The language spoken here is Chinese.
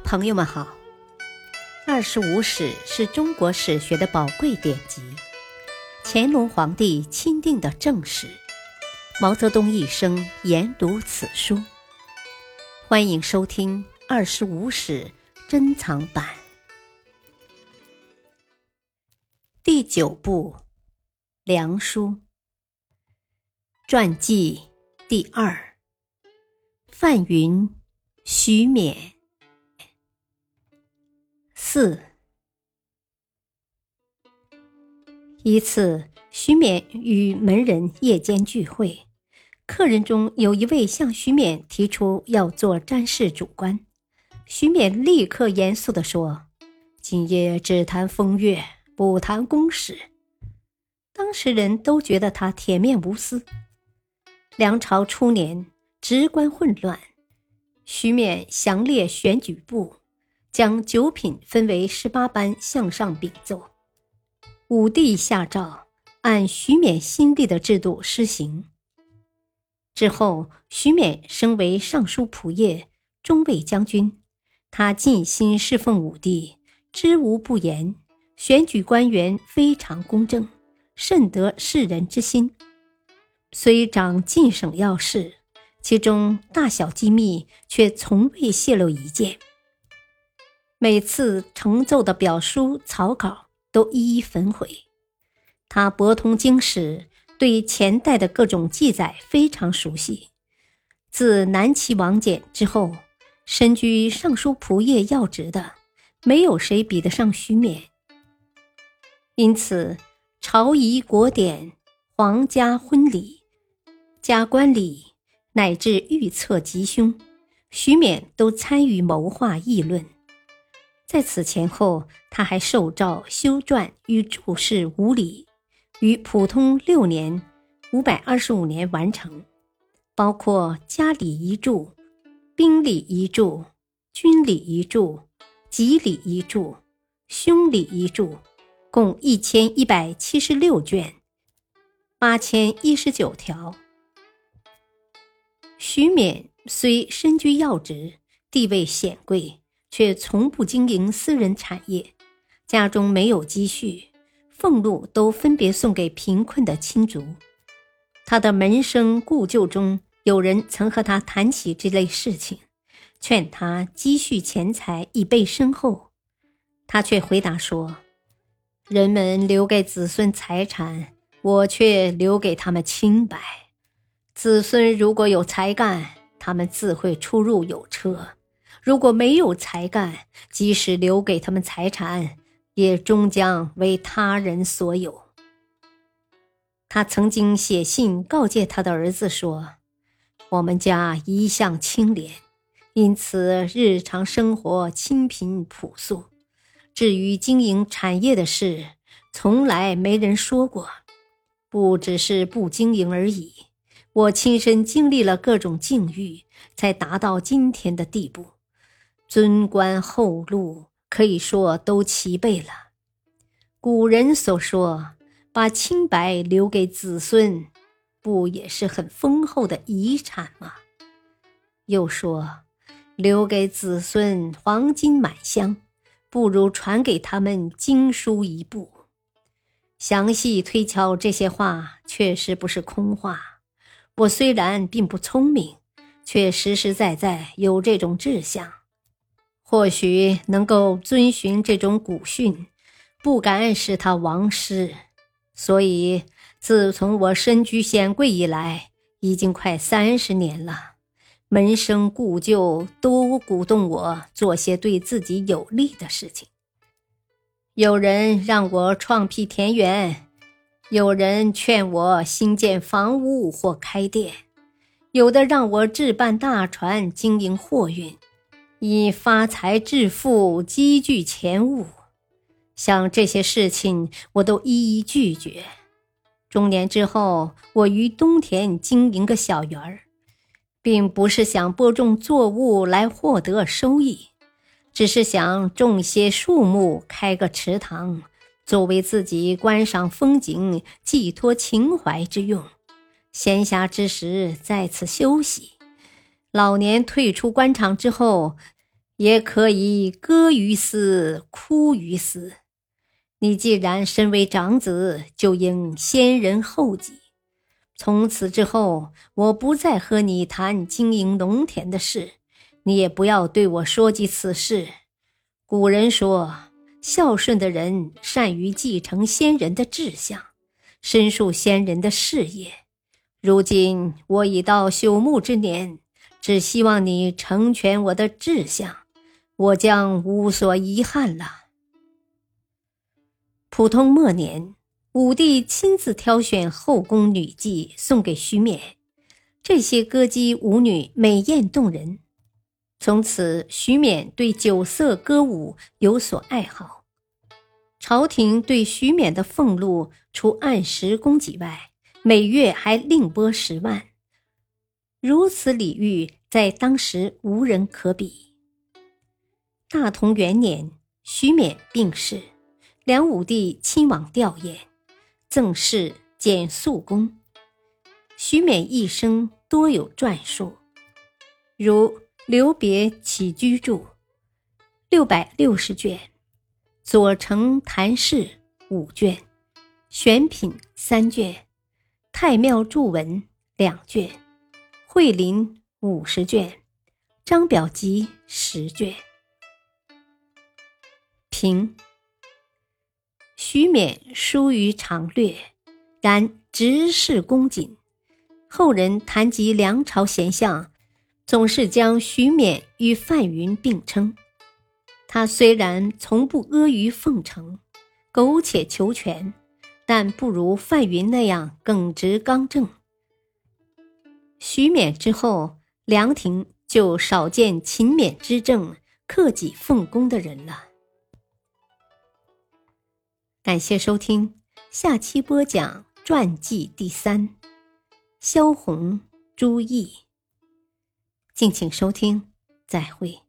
朋友们好，二十五史是中国史学的宝贵典籍，乾隆皇帝钦定的正史，毛泽东一生研读此书。欢迎收听二十五史珍藏版第9部梁书传记第2，范云、徐勉。4。一次，徐勉与门人夜间聚会，客人中有一位向徐勉提出要做占事主官。徐勉立刻严肃地说：“今夜只谈风月，不谈公事。”当时人都觉得他铁面无私。梁朝初年，职官混乱，徐勉详列选举部，将9品分为18班向上禀奏。武帝下诏，按徐勉新立的制度施行。之后，徐勉升为尚书仆射、中尉将军，他尽心侍奉武帝，知无不言，选举官员非常公正，甚得世人之心。虽掌晋省要事，其中大小机密却从未泄露一件。每次呈奏的表书草稿都一一焚毁。他博通经史，对前代的各种记载非常熟悉。自南齐王翦之后，身居尚书仆射要职的，没有谁比得上徐勉。因此，朝仪国典、皇家婚礼、加官礼，乃至预测吉凶，徐勉都参与谋划议论。在此前后，他还受诏修撰与注释5礼，于普通6年525年完成，包括家礼一注、兵礼一注、军礼一注、吉礼一注、凶礼一注，共1176卷8019条。徐勉虽身居要职，地位显贵，却从不经营私人产业，家中没有积蓄，俸禄都分别送给贫困的亲族。他的门生故旧中，有人曾和他谈起这类事情，劝他积蓄钱财以备身后。他却回答说：“人们留给子孙财产，我却留给他们清白。子孙如果有才干，他们自会出入有车；如果没有才干，即使留给他们财产，也终将为他人所有。”他曾经写信告诫他的儿子说：“我们家一向清廉，因此日常生活清贫朴素。至于经营产业的事，从来没人说过。不只是不经营而已，我亲身经历了各种境遇，才达到今天的地步。尊官厚禄，可以说都齐备了。古人所说，把清白留给子孙，不也是很丰厚的遗产吗？又说，留给子孙黄金满箱，不如传给他们经书一部。详细推敲这些话，确实不是空话。我虽然并不聪明，却实实在在有这种志向。或许能够遵循这种古训，不敢使它亡失。所以自从我身居显贵以来，已经快30年了，门生故旧都鼓动我做些对自己有利的事情。有人让我创辟田园，有人劝我兴建房屋或开店，有的让我置办大船经营货运，以发财致富，积聚钱物。像这些事情我都一一拒绝。中年之后，我于东田经营个小园儿，并不是想播种作物来获得收益，只是想种些树木，开个池塘，作为自己观赏风景、寄托情怀之用。闲暇之时在此休息。老年退出官场之后， 也可以歌于斯，哭于斯。你既然身为长子，就应先人后己。从此之后，我不再和你谈经营农田的事，你也不要对我说及此事。古人说，孝顺的人善于继承先人的志向，申述先人的事业。如今我已到朽木之年，只希望你成全我的志向，我将无所遗憾了。普通末年，武帝亲自挑选后宫女妓送给徐勉，这些歌姬舞女美艳动人。从此，徐勉对酒色歌舞有所爱好。朝廷对徐勉的俸禄除按时供给外，每月还另拨10万。如此礼遇，在当时无人可比。大同元年，徐勉病逝，梁武帝亲往吊唁，赠谥简肃公。徐勉一生多有传述，如《留别起居注》660卷，《左承谈事》5卷，《选品》3卷，《太庙注文》2卷，《惠林》50卷，《张表集》10卷。评：徐勉疏于常略，然直视恭谨。后人谈及梁朝贤相，总是将徐勉与范云并称。他虽然从不阿谀奉承，苟且求全，但不如范云那样耿直刚正。徐勉之后，梁廷就少见勤勉之政、克己奉公的人了。感谢收听，下期播讲传记第3，萧红、朱毅。敬请收听，再会。